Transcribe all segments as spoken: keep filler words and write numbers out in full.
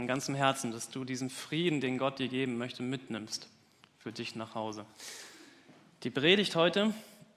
Von ganzem Herzen, dass du diesen Frieden, den Gott dir geben möchte, mitnimmst für dich nach Hause. Die Predigt heute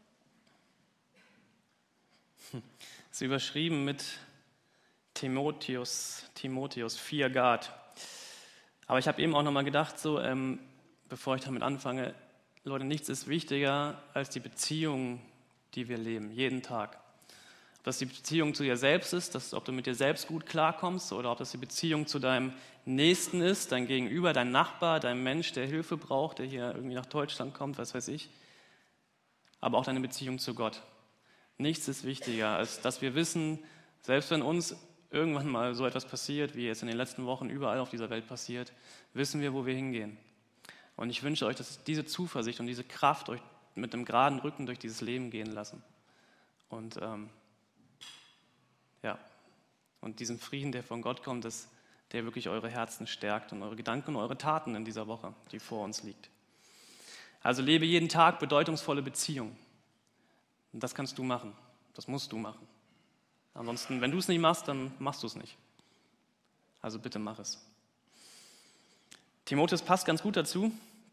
ist überschrieben mit Timotheus, Timotheus, Fear God. Aber ich habe eben auch nochmal gedacht, so, ähm, bevor ich damit anfange, Leute, nichts ist wichtiger als die Beziehung, die wir leben, jeden Tag. Ob das die Beziehung zu dir selbst ist, dass, ob du mit dir selbst gut klarkommst, oder ob das die Beziehung zu deinem Nächsten ist, dein Gegenüber, dein Nachbar, dein Mensch, der Hilfe braucht, der hier irgendwie nach Deutschland kommt, was weiß ich. Aber auch deine Beziehung zu Gott. Nichts ist wichtiger, als dass wir wissen, selbst wenn uns irgendwann mal so etwas passiert, wie jetzt in den letzten Wochen überall auf dieser Welt passiert, wissen wir, wo wir hingehen. Und ich wünsche euch, dass diese Zuversicht und diese Kraft euch mit einem geraden Rücken durch dieses Leben gehen lassen. Und ähm, ja, und diesen Frieden, der von Gott kommt, dass der wirklich eure Herzen stärkt und eure Gedanken und eure Taten in dieser Woche, die vor uns liegt. Also lebe jeden Tag bedeutungsvolle Beziehungen. Und das kannst du machen, das musst du machen. Ansonsten, wenn du es nicht machst, dann machst du es nicht. Also bitte mach es. Timotheus passt ganz gut dazu.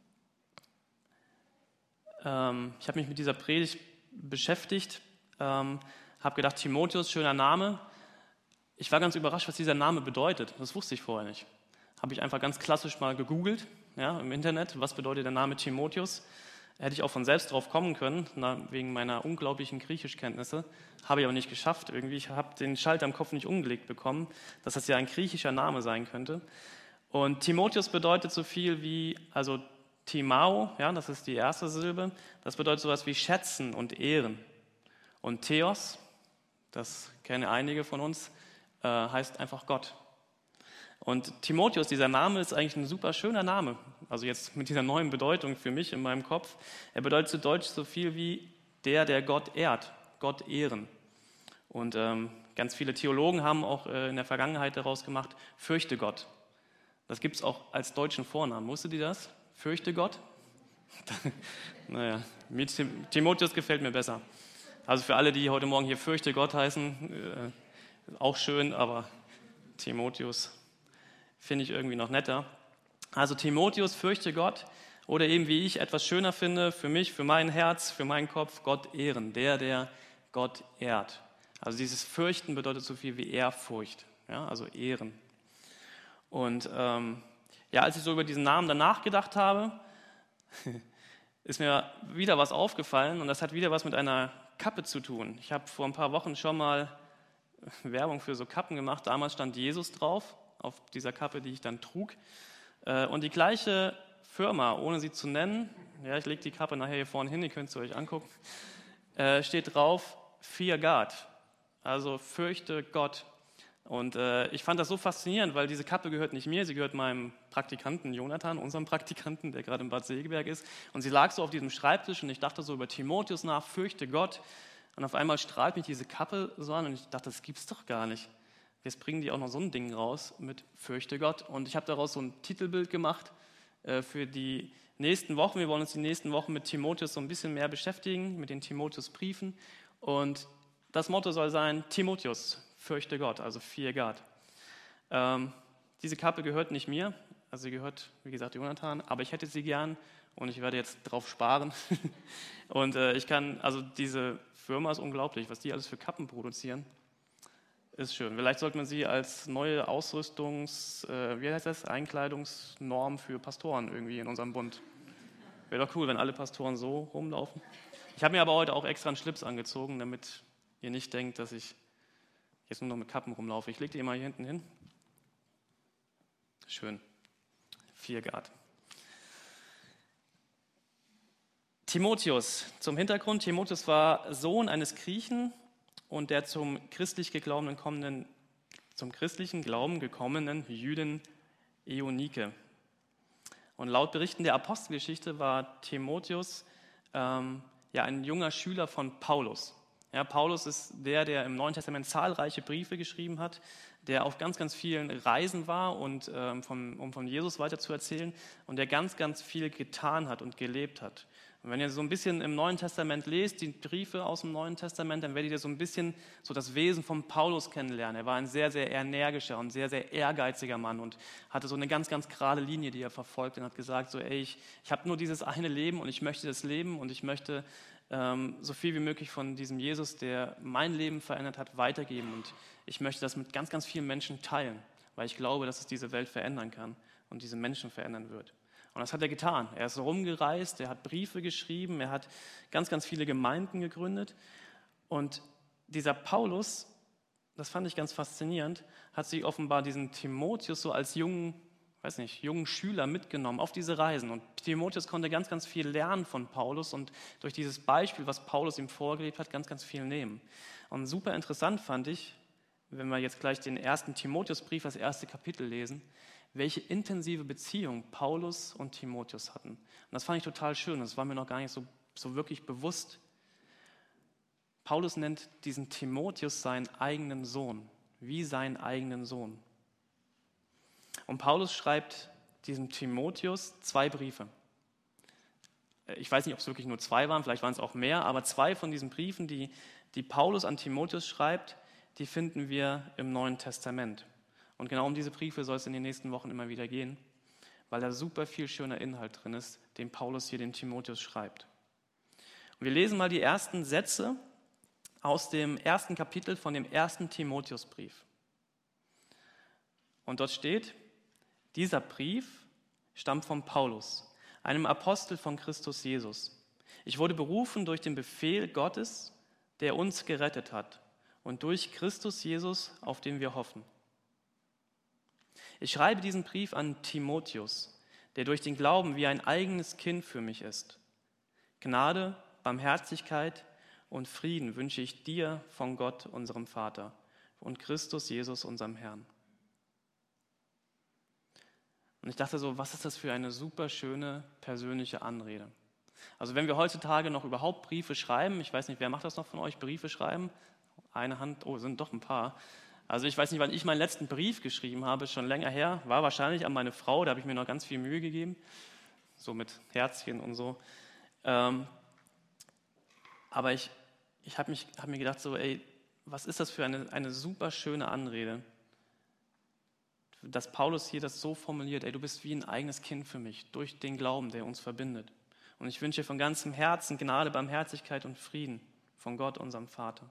Ähm, ich habe mich mit dieser Predigt beschäftigt, ähm, habe gedacht, Timotheus, schöner Name. Ich war ganz überrascht, was dieser Name bedeutet. Das wusste ich vorher nicht. Habe ich einfach ganz klassisch mal gegoogelt, ja, im Internet, was bedeutet der Name Timotheus. Hätte ich auch von selbst drauf kommen können, na, wegen meiner unglaublichen Griechischkenntnisse. Habe ich aber nicht geschafft irgendwie. Ich habe den Schalter im Kopf nicht umgelegt bekommen, dass das ja ein griechischer Name sein könnte. Und Timotheus bedeutet so viel wie, also Timao, ja, das ist die erste Silbe, das bedeutet sowas wie schätzen und ehren. Und Theos, das kennen einige von uns, äh, heißt einfach Gott. Und Timotheus, dieser Name ist eigentlich ein super schöner Name, also jetzt mit dieser neuen Bedeutung für mich in meinem Kopf. Er bedeutet zu Deutsch so viel wie der, der Gott ehrt, Gott ehren. Und ähm, ganz viele Theologen haben auch äh, in der Vergangenheit daraus gemacht, fürchte Gott. Das gibt es auch als deutschen Vornamen. Wusstet ihr das? Fürchte Gott? Naja, Timotheus gefällt mir besser. Also für alle, die heute Morgen hier fürchte Gott heißen, äh, auch schön, aber Timotheus finde ich irgendwie noch netter. Also Timotheus, fürchte Gott, oder eben wie ich etwas schöner finde, für mich, für mein Herz, für meinen Kopf, Gott ehren, der, der Gott ehrt. Also dieses Fürchten bedeutet so viel wie Ehrfurcht, ja, also ehren. Und ähm, ja, als ich so über diesen Namen dann nachgedacht habe, ist mir wieder was aufgefallen, und das hat wieder was mit einer Kappe zu tun. Ich habe vor ein paar Wochen schon mal Werbung für so Kappen gemacht. Damals stand Jesus drauf, auf dieser Kappe, die ich dann trug. Und die gleiche Firma, ohne sie zu nennen, ja, ich lege die Kappe nachher hier vorne hin, ihr könnt sie euch angucken, steht drauf, Fear God, also fürchte Gott. Und äh, ich fand das so faszinierend, weil diese Kappe gehört nicht mir, sie gehört meinem Praktikanten Jonathan, unserem Praktikanten, der gerade in Bad Segeberg ist. Und sie lag so auf diesem Schreibtisch und ich dachte so über Timotheus nach, fürchte Gott. Und auf einmal strahlt mich diese Kappe so an und ich dachte, das gibt's doch gar nicht. Jetzt bringen die auch noch so ein Ding raus mit fürchte Gott. Und ich habe daraus so ein Titelbild gemacht äh, für die nächsten Wochen. Wir wollen uns die nächsten Wochen mit Timotheus so ein bisschen mehr beschäftigen, mit den Timotheus-Briefen. Und das Motto soll sein, Timotheus, fürchte Gott, also fear God. Ähm, diese Kappe gehört nicht mir, also sie gehört, wie gesagt, Jonathan, aber ich hätte sie gern und ich werde jetzt drauf sparen. Und äh, ich kann, also diese Firma ist unglaublich, was die alles für Kappen produzieren, ist schön. Vielleicht sollte man sie als neue Ausrüstungs-, äh, wie heißt das, Einkleidungsnorm für Pastoren irgendwie in unserem Bund. Wäre doch cool, wenn alle Pastoren so rumlaufen. Ich habe mir aber heute auch extra einen Schlips angezogen, damit ihr nicht denkt, dass ich jetzt nur noch mit Kappen rumlaufe. Ich lege die mal hier hinten hin. Schön. Fear God. Timotheus. Zum Hintergrund. Timotheus war Sohn eines Griechen und der zum christlich gekommenen, kommenden, zum christlichen Glauben gekommenen Jüdin Eunike. Und laut Berichten der Apostelgeschichte war Timotheus ähm, ja ein junger Schüler von Paulus. Ja, Paulus ist der, der im Neuen Testament zahlreiche Briefe geschrieben hat, der auf ganz, ganz vielen Reisen war, und, ähm, vom, um von Jesus weiter zu erzählen, und der ganz, ganz viel getan hat und gelebt hat. Und wenn ihr so ein bisschen im Neuen Testament lest, die Briefe aus dem Neuen Testament, dann werdet ihr so ein bisschen so das Wesen von Paulus kennenlernen. Er war ein sehr, sehr energischer und sehr, sehr ehrgeiziger Mann und hatte so eine ganz, ganz gerade Linie, die er verfolgt und hat gesagt, so ey, ich, ich habe nur dieses eine Leben und ich möchte das leben und ich möchte ähm, so viel wie möglich von diesem Jesus, der mein Leben verändert hat, weitergeben und ich möchte das mit ganz, ganz vielen Menschen teilen, weil ich glaube, dass es diese Welt verändern kann und diese Menschen verändern wird. Und das hat er getan. Er ist rumgereist, er hat Briefe geschrieben, er hat ganz, ganz viele Gemeinden gegründet. Und dieser Paulus, das fand ich ganz faszinierend, hat sich offenbar diesen Timotheus so als jungen, weiß nicht, jungen Schüler mitgenommen auf diese Reisen. Und Timotheus konnte ganz, ganz viel lernen von Paulus und durch dieses Beispiel, was Paulus ihm vorgelebt hat, ganz, ganz viel nehmen. Und super interessant fand ich, wenn wir jetzt gleich den ersten Timotheusbrief, das erste Kapitel lesen, welche intensive Beziehung Paulus und Timotheus hatten. Und das fand ich total schön, das war mir noch gar nicht so, so wirklich bewusst. Paulus nennt diesen Timotheus seinen eigenen Sohn, wie seinen eigenen Sohn. Und Paulus schreibt diesem Timotheus zwei Briefe. Ich weiß nicht, ob es wirklich nur zwei waren, vielleicht waren es auch mehr, aber zwei von diesen Briefen, die, die Paulus an Timotheus schreibt, die finden wir im Neuen Testament. Und genau um diese Briefe soll es in den nächsten Wochen immer wieder gehen, weil da super viel schöner Inhalt drin ist, den Paulus hier den Timotheus schreibt. Und wir lesen mal die ersten Sätze aus dem ersten Kapitel von dem ersten Timotheusbrief. Und dort steht, dieser Brief stammt von Paulus, einem Apostel von Christus Jesus. Ich wurde berufen durch den Befehl Gottes, der uns gerettet hat, und durch Christus Jesus, auf den wir hoffen. Ich schreibe diesen Brief an Timotheus, der durch den Glauben wie ein eigenes Kind für mich ist. Gnade, Barmherzigkeit und Frieden wünsche ich dir von Gott, unserem Vater, und Christus Jesus, unserem Herrn. Und ich dachte so, was ist das für eine super schöne persönliche Anrede? Also wenn wir heutzutage noch überhaupt Briefe schreiben, ich weiß nicht, wer macht das noch von euch, Briefe schreiben? Eine Hand, oh, sind doch ein paar. Also ich weiß nicht, wann ich meinen letzten Brief geschrieben habe, ist schon länger her, war wahrscheinlich an meine Frau, da habe ich mir noch ganz viel Mühe gegeben, so mit Herzchen und so. Ähm, aber ich, ich habe hab mir gedacht, so, ey, was ist das für eine, eine super schöne Anrede, dass Paulus hier das so formuliert, ey, du bist wie ein eigenes Kind für mich, durch den Glauben, der uns verbindet. Und ich wünsche dir von ganzem Herzen Gnade, Barmherzigkeit und Frieden von Gott, unserem Vater.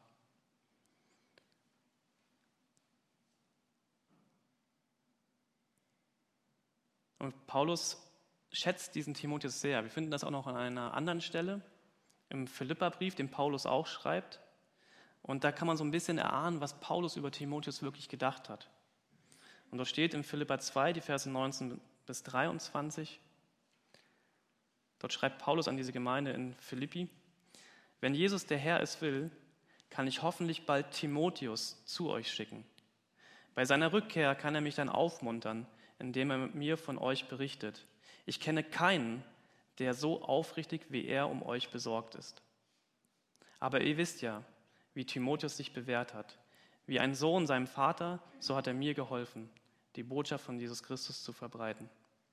Und Paulus schätzt diesen Timotheus sehr. Wir finden das auch noch an einer anderen Stelle, im Philipperbrief, den Paulus auch schreibt. Und da kann man so ein bisschen erahnen, was Paulus über Timotheus wirklich gedacht hat. Und dort steht in Philipper zwei, die Verse neunzehn bis dreiundzwanzig, dort schreibt Paulus an diese Gemeinde in Philippi, wenn Jesus der Herr es will, kann ich hoffentlich bald Timotheus zu euch schicken. Bei seiner Rückkehr kann er mich dann aufmuntern, indem er mir von euch berichtet. Ich kenne keinen, der so aufrichtig wie er um euch besorgt ist. Aber ihr wisst ja, wie Timotheus sich bewährt hat. Wie ein Sohn seinem Vater, so hat er mir geholfen, die Botschaft von Jesus Christus zu verbreiten.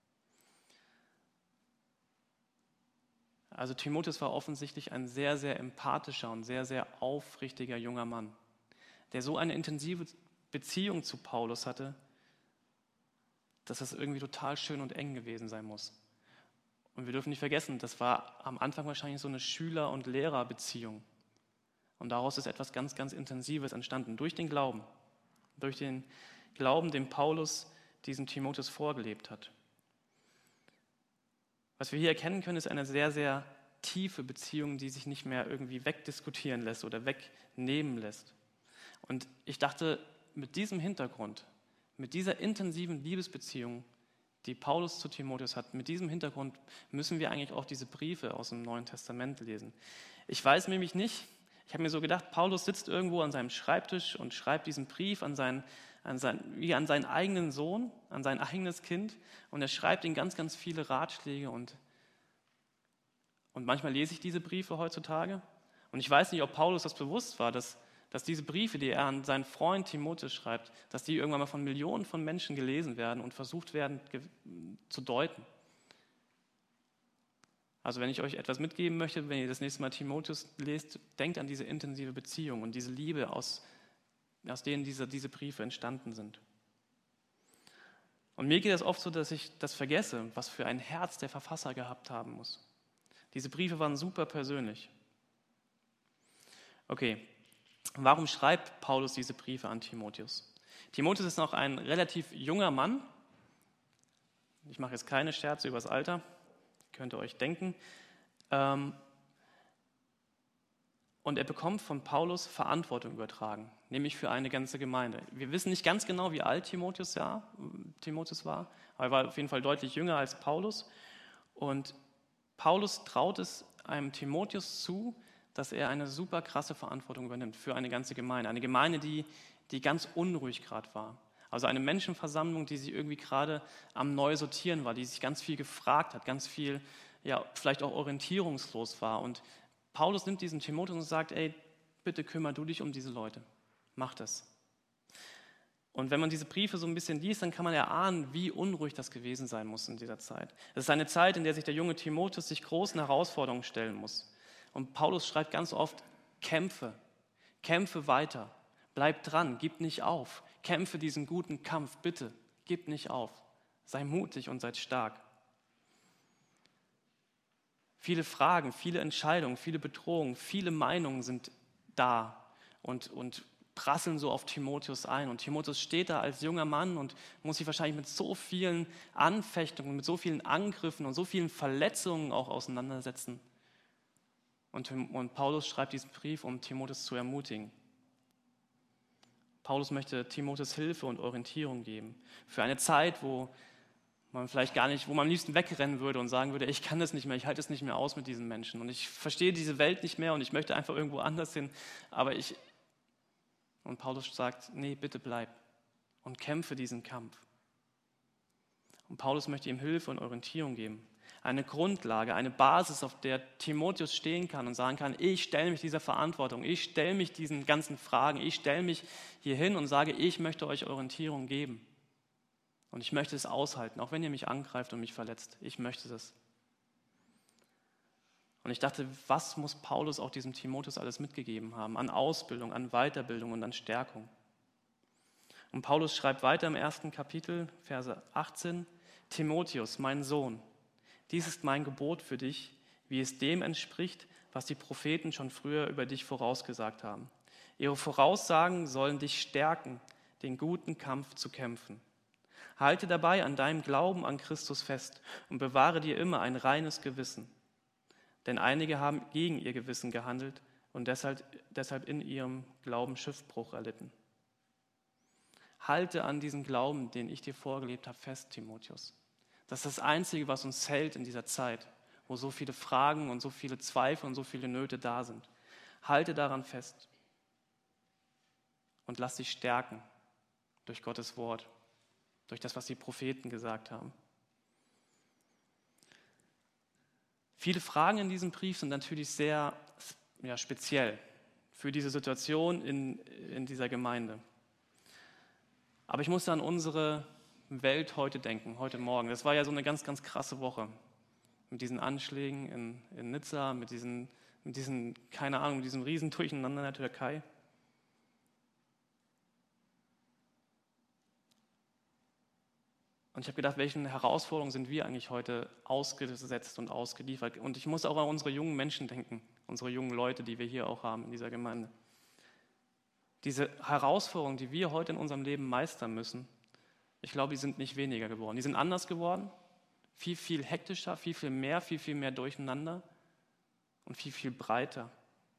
Also Timotheus war offensichtlich ein sehr, sehr empathischer und sehr, sehr aufrichtiger junger Mann, der so eine intensive Beziehung zu Paulus hatte, dass das irgendwie total schön und eng gewesen sein muss. Und wir dürfen nicht vergessen, das war am Anfang wahrscheinlich so eine Schüler- und Lehrerbeziehung. Und daraus ist etwas ganz, ganz Intensives entstanden, durch den Glauben, durch den Glauben, den Paulus diesem Timotheus vorgelebt hat. Was wir hier erkennen können, ist eine sehr, sehr tiefe Beziehung, die sich nicht mehr irgendwie wegdiskutieren lässt oder wegnehmen lässt. Und ich dachte, mit diesem Hintergrund, mit dieser intensiven Liebesbeziehung, die Paulus zu Timotheus hat, mit diesem Hintergrund müssen wir eigentlich auch diese Briefe aus dem Neuen Testament lesen. Ich weiß nämlich nicht, ich habe mir so gedacht, Paulus sitzt irgendwo an seinem Schreibtisch und schreibt diesen Brief an seinen, an seinen, wie an seinen eigenen Sohn, an sein eigenes Kind, und er schreibt ihm ganz, ganz viele Ratschläge und, und manchmal lese ich diese Briefe heutzutage und ich weiß nicht, ob Paulus das bewusst war, dass dass diese Briefe, die er an seinen Freund Timotheus schreibt, dass die irgendwann mal von Millionen von Menschen gelesen werden und versucht werden ge- zu deuten. Also wenn ich euch etwas mitgeben möchte, wenn ihr das nächste Mal Timotheus lest, denkt an diese intensive Beziehung und diese Liebe, aus, aus denen diese, diese Briefe entstanden sind. Und mir geht es oft so, dass ich das vergesse, was für ein Herz der Verfasser gehabt haben muss. Diese Briefe waren super persönlich. Okay, warum schreibt Paulus diese Briefe an Timotheus? Timotheus ist noch ein relativ junger Mann. Ich mache jetzt keine Scherze über das Alter, könnt ihr euch denken. Und er bekommt von Paulus Verantwortung übertragen, nämlich für eine ganze Gemeinde. Wir wissen nicht ganz genau, wie alt Timotheus, ja, Timotheus war, aber er war auf jeden Fall deutlich jünger als Paulus. Und Paulus traut es einem Timotheus zu, dass er eine super krasse Verantwortung übernimmt für eine ganze Gemeinde. Eine Gemeinde, die, die ganz unruhig gerade war. Also eine Menschenversammlung, die sich irgendwie gerade am Neusortieren war, die sich ganz viel gefragt hat, ganz viel, ja, vielleicht auch orientierungslos war. Und Paulus nimmt diesen Timotheus und sagt, ey, bitte kümmere du dich um diese Leute. Mach das. Und wenn man diese Briefe so ein bisschen liest, dann kann man erahnen, wie unruhig das gewesen sein muss in dieser Zeit. Es ist eine Zeit, in der sich der junge Timotheus sich großen Herausforderungen stellen muss. Und Paulus schreibt ganz oft, kämpfe, kämpfe weiter, bleib dran, gib nicht auf, kämpfe diesen guten Kampf, bitte, gib nicht auf, sei mutig und sei stark. Viele Fragen, viele Entscheidungen, viele Bedrohungen, viele Meinungen sind da und, und prasseln so auf Timotheus ein. Und Timotheus steht da als junger Mann und muss sich wahrscheinlich mit so vielen Anfechtungen, mit so vielen Angriffen und so vielen Verletzungen auch auseinandersetzen. Und, und Paulus schreibt diesen Brief, um Timotheus zu ermutigen. Paulus möchte Timotheus Hilfe und Orientierung geben. Für eine Zeit, wo man vielleicht gar nicht, wo man am liebsten wegrennen würde und sagen würde, ich kann das nicht mehr, ich halte es nicht mehr aus mit diesen Menschen und ich verstehe diese Welt nicht mehr und ich möchte einfach irgendwo anders hin. Aber ich, und Paulus sagt, nee, bitte bleib und kämpfe diesen Kampf. Und Paulus möchte ihm Hilfe und Orientierung geben. Eine Grundlage, eine Basis, auf der Timotheus stehen kann und sagen kann, ich stelle mich dieser Verantwortung, ich stelle mich diesen ganzen Fragen, ich stelle mich hier hin und sage, ich möchte euch Orientierung geben. Und ich möchte es aushalten, auch wenn ihr mich angreift und mich verletzt. Ich möchte das. Und ich dachte, was muss Paulus auch diesem Timotheus alles mitgegeben haben? An Ausbildung, an Weiterbildung und an Stärkung. Und Paulus schreibt weiter im ersten Kapitel, Verse achtzehn, Timotheus, mein Sohn, dies ist mein Gebot für dich, wie es dem entspricht, was die Propheten schon früher über dich vorausgesagt haben. Ihre Voraussagen sollen dich stärken, den guten Kampf zu kämpfen. Halte dabei an deinem Glauben an Christus fest und bewahre dir immer ein reines Gewissen. Denn einige haben gegen ihr Gewissen gehandelt und deshalb, deshalb in ihrem Glauben Schiffbruch erlitten. Halte an diesem Glauben, den ich dir vorgelebt habe, fest, Timotheus. Das ist das Einzige, was uns hält in dieser Zeit, wo so viele Fragen und so viele Zweifel und so viele Nöte da sind. Halte daran fest und lass dich stärken durch Gottes Wort, durch das, was die Propheten gesagt haben. Viele Fragen in diesem Brief sind natürlich sehr ja, speziell für diese Situation in, in dieser Gemeinde. Aber ich musste an unsere Welt heute denken, heute Morgen. Das war ja so eine ganz, ganz krasse Woche mit diesen Anschlägen in, in Nizza, mit diesen, mit diesen, keine Ahnung, mit diesem riesen Durcheinander in der Türkei. Und ich habe gedacht, welchen Herausforderungen sind wir eigentlich heute ausgesetzt und ausgeliefert? Und ich muss auch an unsere jungen Menschen denken, unsere jungen Leute, die wir hier auch haben in dieser Gemeinde. Diese Herausforderungen, die wir heute in unserem Leben meistern müssen, ich glaube, die sind nicht weniger geworden. Die sind anders geworden, viel, viel hektischer, viel, viel mehr, viel, viel mehr durcheinander und viel, viel breiter.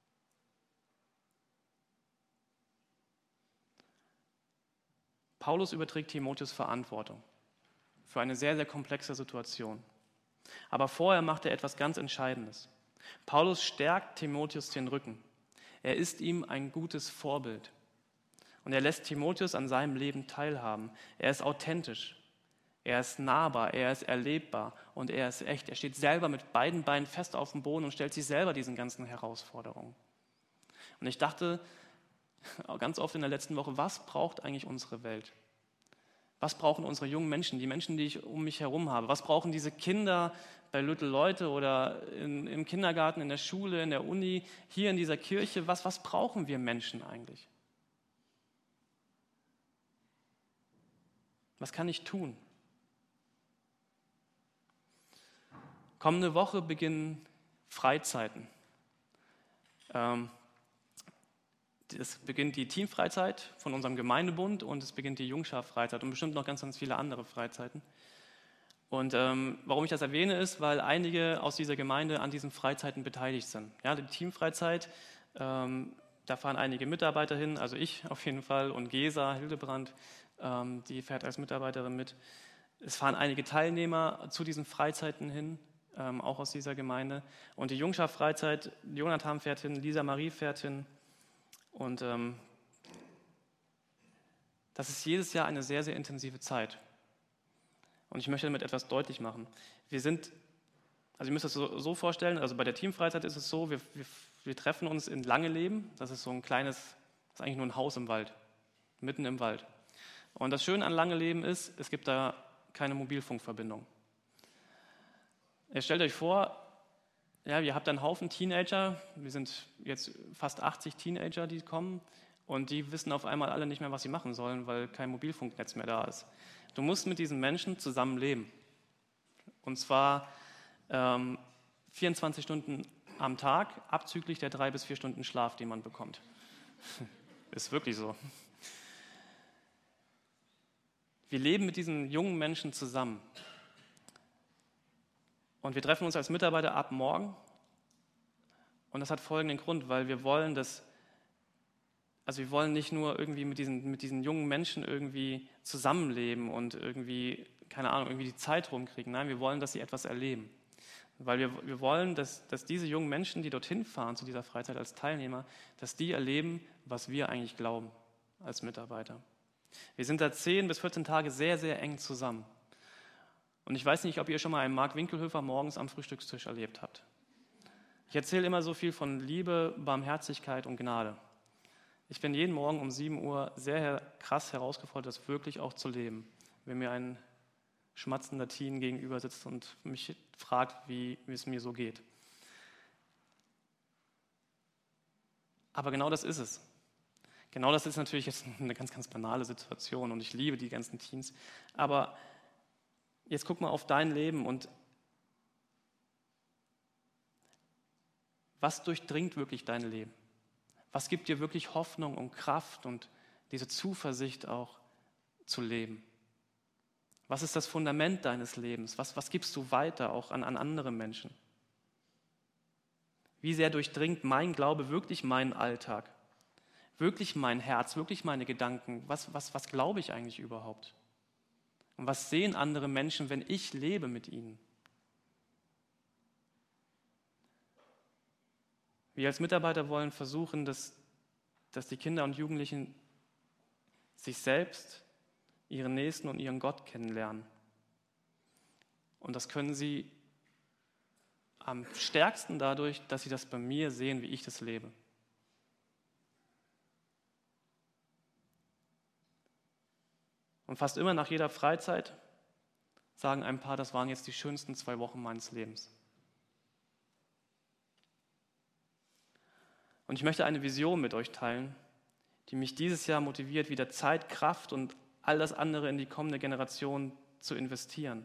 Paulus überträgt Timotheus Verantwortung für eine sehr, sehr komplexe Situation. Aber vorher macht er etwas ganz Entscheidendes. Paulus stärkt Timotheus den Rücken. Er ist ihm ein gutes Vorbild. Und er lässt Timotheus an seinem Leben teilhaben. Er ist authentisch, er ist nahbar, er ist erlebbar und er ist echt. Er steht selber mit beiden Beinen fest auf dem Boden und stellt sich selber diesen ganzen Herausforderungen. Und ich dachte ganz oft in der letzten Woche, was braucht eigentlich unsere Welt? Was brauchen unsere jungen Menschen, die Menschen, die ich um mich herum habe? Was brauchen diese Kinder bei Little Leute oder in, im Kindergarten, in der Schule, in der Uni, hier in dieser Kirche? Was, was brauchen wir Menschen eigentlich? Was kann ich tun? Kommende Woche beginnen Freizeiten. Ähm, es beginnt die Teamfreizeit von unserem Gemeindebund und es beginnt die Jungschar-Freizeit und bestimmt noch ganz, ganz viele andere Freizeiten. Und ähm, warum ich das erwähne, ist, weil einige aus dieser Gemeinde an diesen Freizeiten beteiligt sind. Ja, die Teamfreizeit, ähm, da fahren einige Mitarbeiter hin, also ich auf jeden Fall und Gesa Hildebrand, ähm, die fährt als Mitarbeiterin mit. Es fahren einige Teilnehmer zu diesen Freizeiten hin, ähm, auch aus dieser Gemeinde. Und die Jungschar-Freizeit, Jonathan fährt hin, Lisa Marie fährt hin. Und ähm, das ist jedes Jahr eine sehr, sehr intensive Zeit. Und ich möchte damit etwas deutlich machen. Wir sind, also ihr müsst es so, so vorstellen, also bei der Teamfreizeit ist es so, wir, wir, wir treffen uns in Langeleben. Das ist so ein kleines, das ist eigentlich nur ein Haus im Wald, mitten im Wald. Und das Schöne an Langeleben ist, es gibt da keine Mobilfunkverbindung. Ihr stellt euch vor, ja, ihr habt einen Haufen Teenager, wir sind jetzt fast achtzig Teenager, die kommen und die wissen auf einmal alle nicht mehr, was sie machen sollen, weil kein Mobilfunknetz mehr da ist. Du musst mit diesen Menschen zusammen leben. Und zwar ähm, vierundzwanzig Stunden am Tag, abzüglich der drei bis vier Stunden Schlaf, die man bekommt. Ist wirklich so. Wir leben mit diesen jungen Menschen zusammen. Und wir treffen uns als Mitarbeiter ab morgen. Und das hat folgenden Grund, weil wir wollen, dass, also wir wollen nicht nur irgendwie mit diesen, mit diesen jungen Menschen irgendwie zusammenleben und irgendwie, keine Ahnung, irgendwie die Zeit rumkriegen. Nein, wir wollen, dass sie etwas erleben. Weil wir, wir wollen, dass, dass diese jungen Menschen, die dorthin fahren zu dieser Freizeit als Teilnehmer, dass die erleben, was wir eigentlich glauben als Mitarbeiter. Wir sind da zehn bis vierzehn Tage sehr, sehr eng zusammen. Und ich weiß nicht, ob ihr schon mal einen Mark Winkelhofer morgens am Frühstückstisch erlebt habt. Ich erzähle immer so viel von Liebe, Barmherzigkeit und Gnade. Ich bin jeden Morgen um sieben Uhr sehr krass herausgefordert, das wirklich auch zu leben. Wenn mir ein schmatzender Teen gegenüber sitzt und mich fragt, wie, wie es mir so geht. Aber genau das ist es. Genau das ist natürlich jetzt eine ganz, ganz banale Situation und ich liebe die ganzen Teens. Aber jetzt guck mal auf dein Leben und was durchdringt wirklich dein Leben? Was gibt dir wirklich Hoffnung und Kraft und diese Zuversicht auch zu leben? Was ist das Fundament deines Lebens? Was, was gibst du weiter auch an, an andere Menschen? Wie sehr durchdringt mein Glaube wirklich meinen Alltag? Wirklich mein Herz, wirklich meine Gedanken? Was, was, was glaube ich eigentlich überhaupt? Und was sehen andere Menschen, wenn ich lebe mit ihnen? Wir als Mitarbeiter wollen versuchen, dass, dass die Kinder und Jugendlichen sich selbst, ihren Nächsten und ihren Gott kennenlernen. Und das können sie am stärksten dadurch, dass sie das bei mir sehen, wie ich das lebe. Und fast immer nach jeder Freizeit sagen ein paar, das waren jetzt die schönsten zwei Wochen meines Lebens. Und ich möchte eine Vision mit euch teilen, die mich dieses Jahr motiviert, wieder Zeit, Kraft und all das andere in die kommende Generation zu investieren.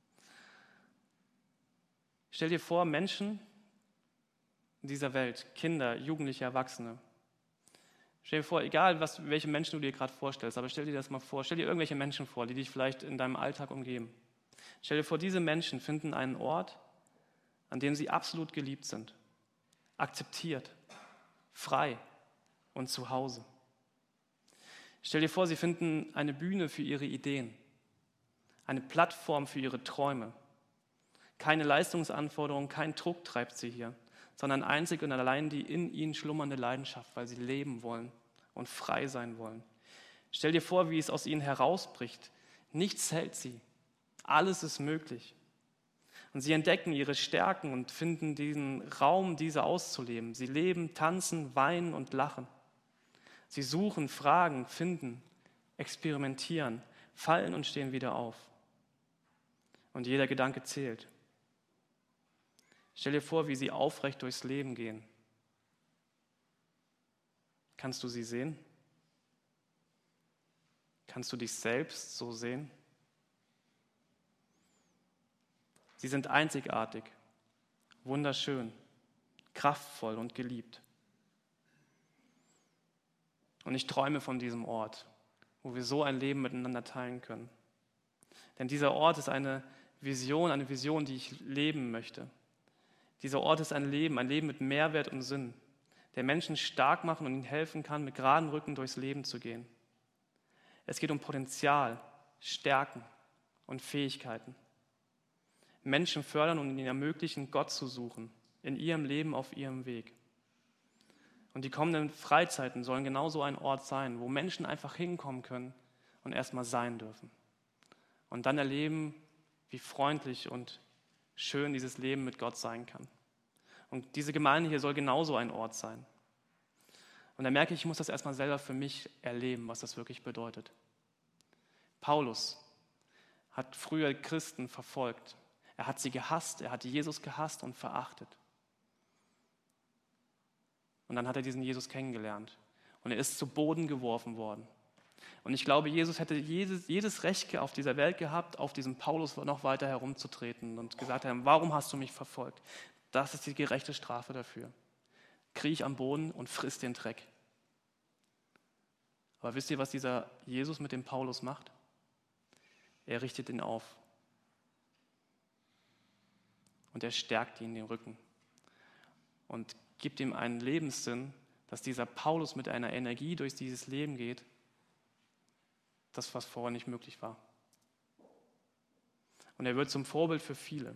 Stell dir vor, Menschen in dieser Welt, Kinder, Jugendliche, Erwachsene. Stell dir vor, egal was, welche Menschen du dir gerade vorstellst, aber stell dir das mal vor, stell dir irgendwelche Menschen vor, die dich vielleicht in deinem Alltag umgeben. Stell dir vor, diese Menschen finden einen Ort, an dem sie absolut geliebt sind, akzeptiert, frei und zu Hause. Stell dir vor, sie finden eine Bühne für ihre Ideen, eine Plattform für ihre Träume. Keine Leistungsanforderung, kein Druck treibt sie hier, sondern einzig und allein die in ihnen schlummernde Leidenschaft, weil sie leben wollen und frei sein wollen. Stell dir vor, wie es aus ihnen herausbricht. Nichts hält sie. Alles ist möglich. Und sie entdecken ihre Stärken und finden diesen Raum, diese auszuleben. Sie leben, tanzen, weinen und lachen. Sie suchen, fragen, finden, experimentieren, fallen und stehen wieder auf. Und jeder Gedanke zählt. Stell dir vor, wie sie aufrecht durchs Leben gehen. Kannst du sie sehen? Kannst du dich selbst so sehen? Sie sind einzigartig, wunderschön, kraftvoll und geliebt. Und ich träume von diesem Ort, wo wir so ein Leben miteinander teilen können. Denn dieser Ort ist eine Vision, eine Vision, die ich leben möchte. Dieser Ort ist ein Leben, ein Leben mit Mehrwert und Sinn, der Menschen stark machen und ihnen helfen kann, mit geradem Rücken durchs Leben zu gehen. Es geht um Potenzial, Stärken und Fähigkeiten. Menschen fördern und ihnen ermöglichen, Gott zu suchen, in ihrem Leben, auf ihrem Weg. Und die kommenden Freizeiten sollen genauso ein Ort sein, wo Menschen einfach hinkommen können und erstmal sein dürfen. Und dann erleben, wie freundlich und schön dieses Leben mit Gott sein kann. Und diese Gemeinde hier soll genauso ein Ort sein. Und da merke ich, ich muss das erstmal selber für mich erleben, was das wirklich bedeutet. Paulus hat früher Christen verfolgt. Er hat sie gehasst, er hat Jesus gehasst und verachtet. Und dann hat er diesen Jesus kennengelernt. Und er ist zu Boden geworfen worden. Und ich glaube, Jesus hätte jedes, jedes Recht auf dieser Welt gehabt, auf diesem Paulus noch weiter herumzutreten und gesagt haben, warum hast du mich verfolgt? Das ist die gerechte Strafe dafür. Kriech am Boden und friss den Dreck. Aber wisst ihr, was dieser Jesus mit dem Paulus macht? Er richtet ihn auf. Und er stärkt ihn den Rücken. Und gibt ihm einen Lebenssinn, dass dieser Paulus mit einer Energie durch dieses Leben geht, das, was vorher nicht möglich war. Und er wird zum Vorbild für viele.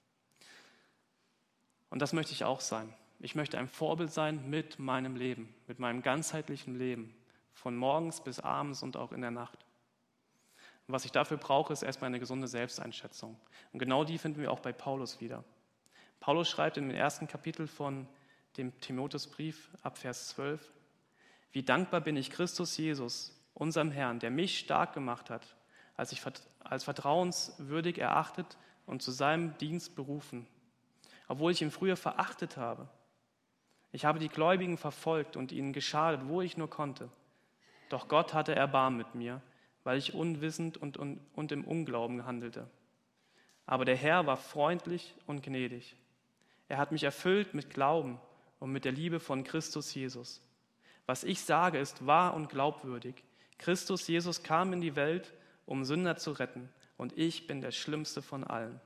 Und das möchte ich auch sein. Ich möchte ein Vorbild sein mit meinem Leben, mit meinem ganzheitlichen Leben, von morgens bis abends und auch in der Nacht. Und was ich dafür brauche, ist erstmal eine gesunde Selbsteinschätzung. Und genau die finden wir auch bei Paulus wieder. Paulus schreibt im ersten Kapitel von dem Timotheusbrief ab Vers zwölf, wie dankbar bin ich Christus Jesus, unserem Herrn, der mich stark gemacht hat, als ich als vertrauenswürdig erachtet und zu seinem Dienst berufen, obwohl ich ihn früher verachtet habe. Ich habe die Gläubigen verfolgt und ihnen geschadet, wo ich nur konnte. Doch Gott hatte Erbarmen mit mir, weil ich unwissend und, und, und im Unglauben handelte. Aber der Herr war freundlich und gnädig. Er hat mich erfüllt mit Glauben und mit der Liebe von Christus Jesus. Was ich sage, ist wahr und glaubwürdig. Christus Jesus kam in die Welt, um Sünder zu retten, und ich bin der Schlimmste von allen.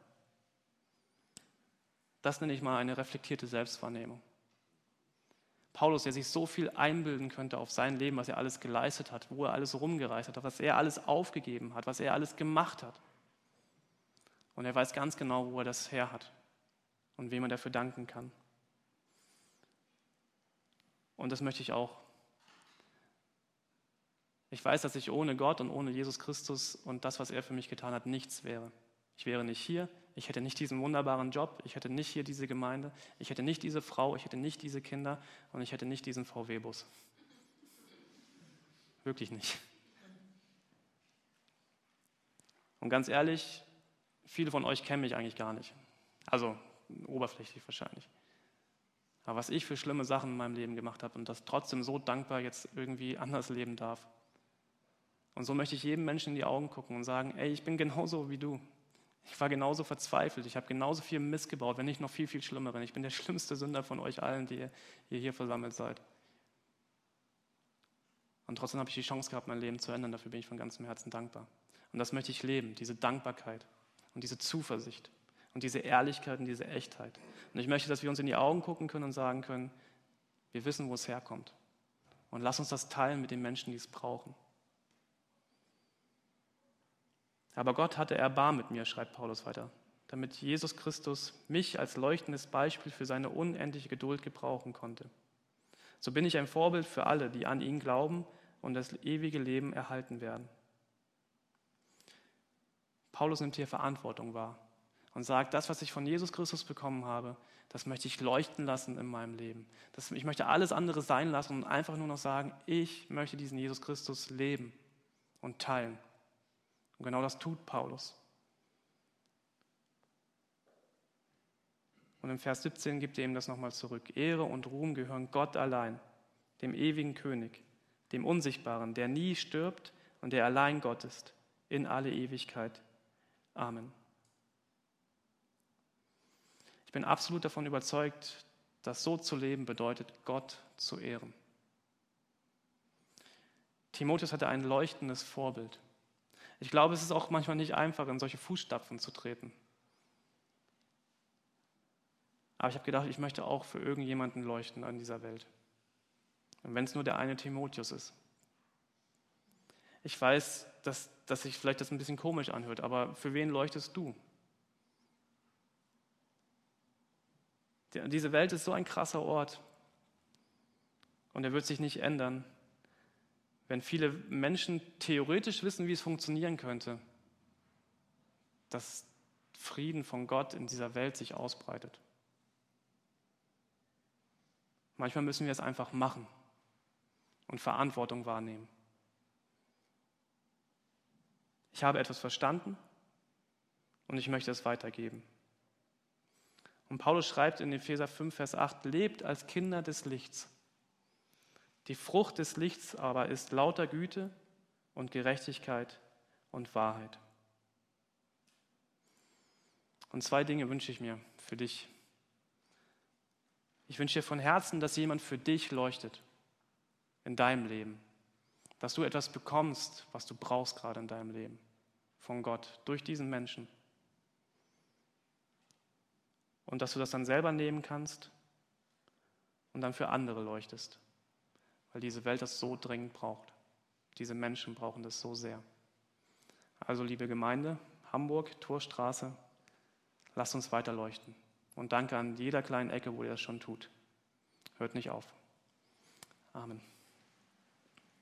Das nenne ich mal eine reflektierte Selbstwahrnehmung. Paulus, der sich so viel einbilden könnte auf sein Leben, was er alles geleistet hat, wo er alles rumgereist hat, was er alles aufgegeben hat, was er alles gemacht hat. Und er weiß ganz genau, wo er das her hat und wem er dafür danken kann. Und das möchte ich auch. Ich weiß, dass ich ohne Gott und ohne Jesus Christus und das, was er für mich getan hat, nichts wäre. Ich wäre nicht hier, ich hätte nicht diesen wunderbaren Job, ich hätte nicht hier diese Gemeinde, ich hätte nicht diese Frau, ich hätte nicht diese Kinder und ich hätte nicht diesen V W-Bus. Wirklich nicht. Und ganz ehrlich, viele von euch kennen mich eigentlich gar nicht. Also oberflächlich wahrscheinlich. Aber was ich für schlimme Sachen in meinem Leben gemacht habe und das trotzdem so dankbar jetzt irgendwie anders leben darf. Und so möchte ich jedem Menschen in die Augen gucken und sagen, ey, ich bin genauso wie du. Ich war genauso verzweifelt, ich habe genauso viel Mist gebaut, wenn nicht noch viel, viel Schlimmeren. Ich bin der schlimmste Sünder von euch allen, die ihr hier versammelt seid. Und trotzdem habe ich die Chance gehabt, mein Leben zu ändern. Dafür bin ich von ganzem Herzen dankbar. Und das möchte ich leben, diese Dankbarkeit und diese Zuversicht und diese Ehrlichkeit und diese Echtheit. Und ich möchte, dass wir uns in die Augen gucken können und sagen können, wir wissen, wo es herkommt. Und lass uns das teilen mit den Menschen, die es brauchen. Aber Gott hatte Erbarmen mit mir, schreibt Paulus weiter, damit Jesus Christus mich als leuchtendes Beispiel für seine unendliche Geduld gebrauchen konnte. So bin ich ein Vorbild für alle, die an ihn glauben und das ewige Leben erhalten werden. Paulus nimmt hier Verantwortung wahr und sagt, das, was ich von Jesus Christus bekommen habe, das möchte ich leuchten lassen in meinem Leben. Das, ich möchte alles andere sein lassen und einfach nur noch sagen, ich möchte diesen Jesus Christus leben und teilen. Und genau das tut Paulus. Und im Vers siebzehn gibt er ihm das nochmal zurück. Ehre und Ruhm gehören Gott allein, dem ewigen König, dem Unsichtbaren, der nie stirbt und der allein Gott ist, in alle Ewigkeit. Amen. Ich bin absolut davon überzeugt, dass so zu leben bedeutet, Gott zu ehren. Timotheus hatte ein leuchtendes Vorbild. Ich glaube, es ist auch manchmal nicht einfach, in solche Fußstapfen zu treten. Aber ich habe gedacht, ich möchte auch für irgendjemanden leuchten an dieser Welt. Und wenn es nur der eine Timotheus ist. Ich weiß, dass, dass sich vielleicht das ein bisschen komisch anhört, aber für wen leuchtest du? Diese Welt ist so ein krasser Ort. Und er wird sich nicht ändern, wenn viele Menschen theoretisch wissen, wie es funktionieren könnte, dass Frieden von Gott in dieser Welt sich ausbreitet. Manchmal müssen wir es einfach machen und Verantwortung wahrnehmen. Ich habe etwas verstanden und ich möchte es weitergeben. Und Paulus schreibt in Epheser fünf, Vers acht, lebt als Kinder des Lichts. Die Frucht des Lichts aber ist lauter Güte und Gerechtigkeit und Wahrheit. Und zwei Dinge wünsche ich mir für dich. Ich wünsche dir von Herzen, dass jemand für dich leuchtet in deinem Leben. Dass du etwas bekommst, was du brauchst gerade in deinem Leben. Von Gott, durch diesen Menschen. Und dass du das dann selber nehmen kannst und dann für andere leuchtest. Weil diese Welt das so dringend braucht. Diese Menschen brauchen das so sehr. Also liebe Gemeinde, Hamburg, Torstraße, lasst uns weiter leuchten. Und danke an jeder kleinen Ecke, wo ihr das schon tut. Hört nicht auf. Amen.